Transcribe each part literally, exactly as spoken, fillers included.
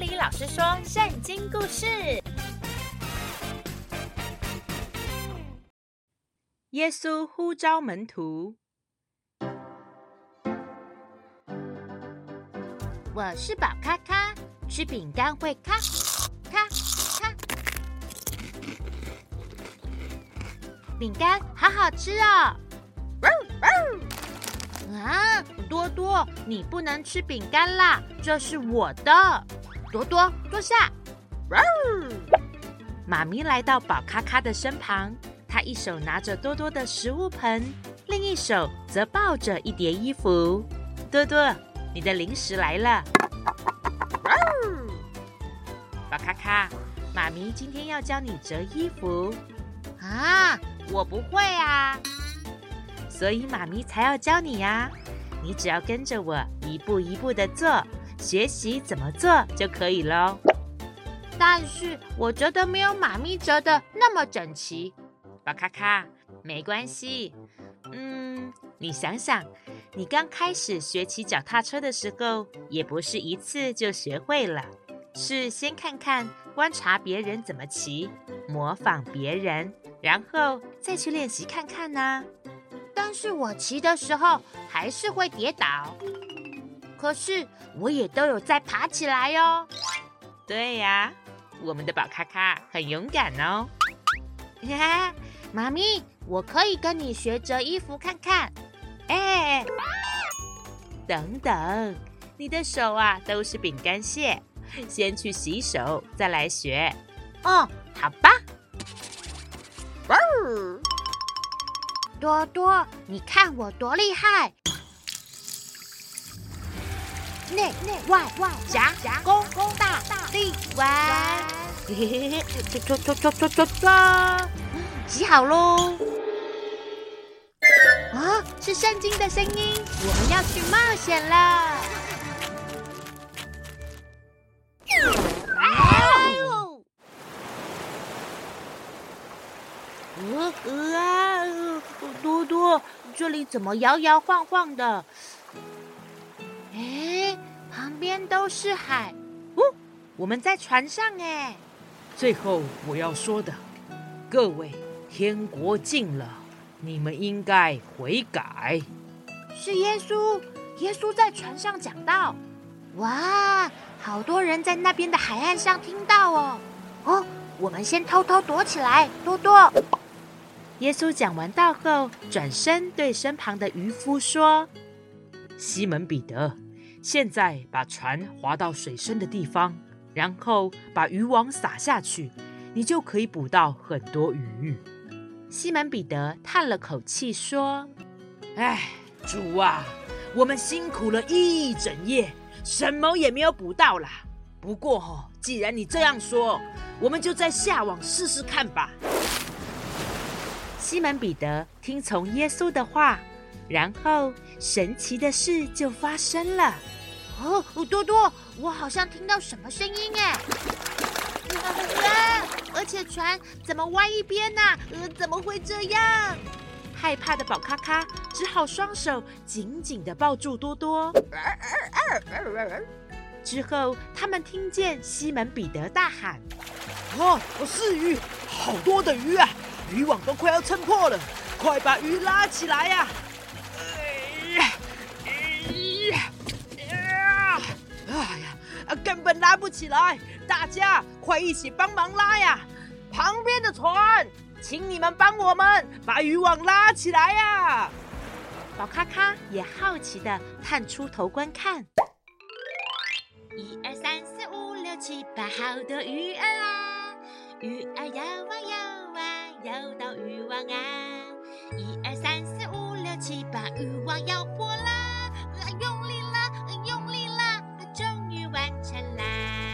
里老师说圣经故事。 耶稣呼召门徒。 我是宝咖咖，吃饼干会咔咔咔。饼干好好吃哦！啊，多多，你不能吃饼干啦，这是我的。多多，坐下。 妈咪来到宝咖咖的身旁，她一手拿着多多的食物盆，另一手则抱着一叠衣服。多多，你的零食来了。宝咖咖，妈咪今天要教你折衣服。 啊，我不会啊。 所以妈咪才要教你呀、啊！你只要跟着我一步一步的做，学习怎么做就可以咯。 但是我折的没有妈咪折的那么整齐。 宝咖咖，没关系。嗯，你想想，你刚开始学骑脚踏车的时候，也不是一次就学会了，是先看看、观察别人怎么骑，模仿别人，然后再去练习看看呢、啊。 但是我骑的时候还是会跌倒，可是我也都有再爬起来哦。 对呀，我们的宝咖咖很勇敢哦。 妈咪，我可以跟你学折衣服看看。 哎，等等，你的手啊都是饼干屑，先去洗手再来学。 哦，好吧。多多，你看我多厉害！内内外外夹夹攻攻大大力丸，嘿嘿嘿，搓搓搓搓搓搓，洗好喽！啊，是圣经的声音，我们要去冒险了！哎呦！呃呃啊！多多，这里怎么摇摇晃晃的？哎，旁边都是海。 哦，我们在船上哎。 最后我要说的，各位，天国近了，你们应该悔改。 是耶稣，耶稣在船上讲道。哇，好多人在那边的海岸上听到哦。哦，我们先偷偷躲起来，多多。 耶稣讲完道后，转身对身旁的渔夫说：“ 西门彼得，现在把船划到水深的地方，然后把渔网撒下去，你就可以捕到很多鱼。” 西门彼得叹了口气说：“ 哎，主啊，我们辛苦了一整夜，什么也没有捕到啦。不过哦，既然你这样说，我们就再下网试试看吧。” 西门彼得听从耶稣的话，然后神奇的事就发生了。 哦，多多，我好像听到什么声音哎！啊！而且船怎么歪一边啊？呃，怎么会这样？ 害怕的宝咖咖只好双手紧紧地抱住多多。之后，他们听见西门彼得大喊：“ 哦，是鱼，好多的鱼啊！渔网都快要撑破了，快把鱼拉起来呀、啊！”哎呀，根本拉不起来，大家快一起帮忙拉呀！旁边的船，请你们帮我们把渔网拉起来呀！ 宝咖咖也好奇地探出头观看。 一二三四五六七八，好多鱼儿啊！鱼儿游啊游啊，游到渔网啊！一二三四五六七八，渔网要破了，啊、用力了，啊、用力了，终于完成啦！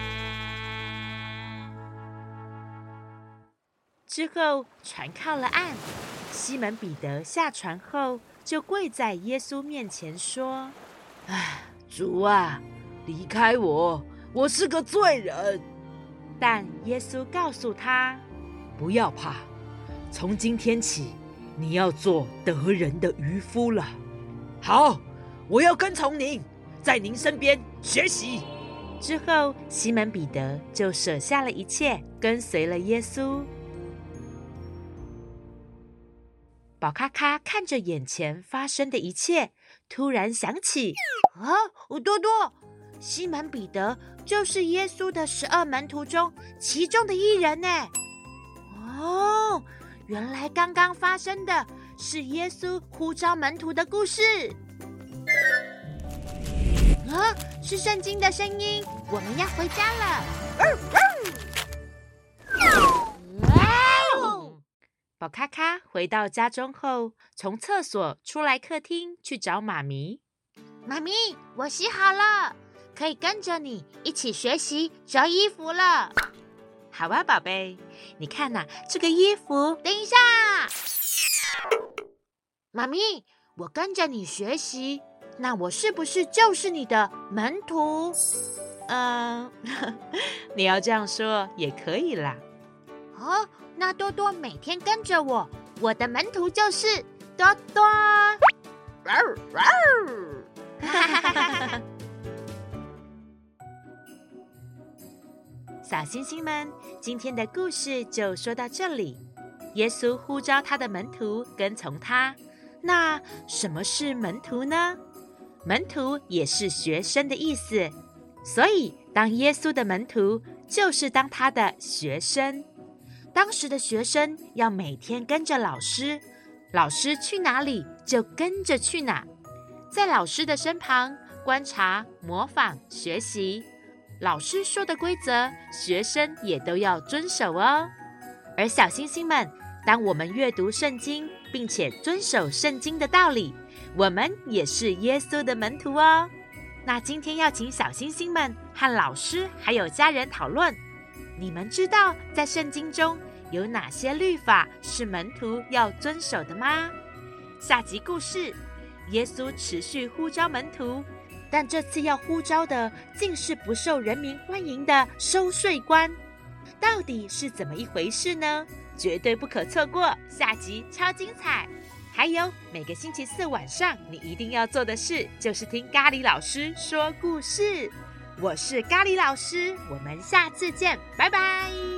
之后，船靠了岸，西门彼得下船后，就跪在耶稣面前说：“ 唉，主啊，离开我，我是个罪人。” 但耶稣告诉他：“ 不要怕，从今天起，你要做得人的渔夫了。好，我要跟从您，在您身边学习。” 之后，西门彼得就舍下了一切，跟随了耶稣。宝咖咖看着眼前发生的一切，突然想起： 啊，多多，西门彼得就是耶稣的十二门徒中其中的一人呢。哦，原来刚刚发生的是耶稣呼召门徒的故事。啊，是圣经的声音，我们要回家了。 宝咖咖回到家中后，从厕所出来客厅去找妈咪。 妈咪，我洗好了，可以跟着你一起学习折衣服了。 好啊，宝贝，你看呐、啊，这个衣服…… 等一下，妈咪，我跟着你学习，那我是不是就是你的门徒？ 嗯，你要这样说也可以啦。 哦，那多多每天跟着我，我的门徒就是多多。 小星星们，今天的故事就说到这里。耶稣呼召他的门徒跟从他，那什么是门徒呢？门徒也是学生的意思，所以当耶稣的门徒就是当他的学生。当时的学生要每天跟着老师，老师去哪里就跟着去哪，在老师的身旁观察、模仿、学习。老师说的规则，学生也都要遵守哦。而小星星们，当我们阅读圣经，并且遵守圣经的道理，我们也是耶稣的门徒哦。那今天要请小星星们和老师还有家人讨论，你们知道在圣经中有哪些律法是门徒要遵守的吗？下集故事，耶稣持续呼召门徒，但这次要呼召的竟是不受人民欢迎的收税官，到底是怎么一回事呢？绝对不可错过，下集超精彩！还有每个星期四晚上，你一定要做的事就是听咖喱老师说故事。我是咖喱老师，我们下次见，拜拜。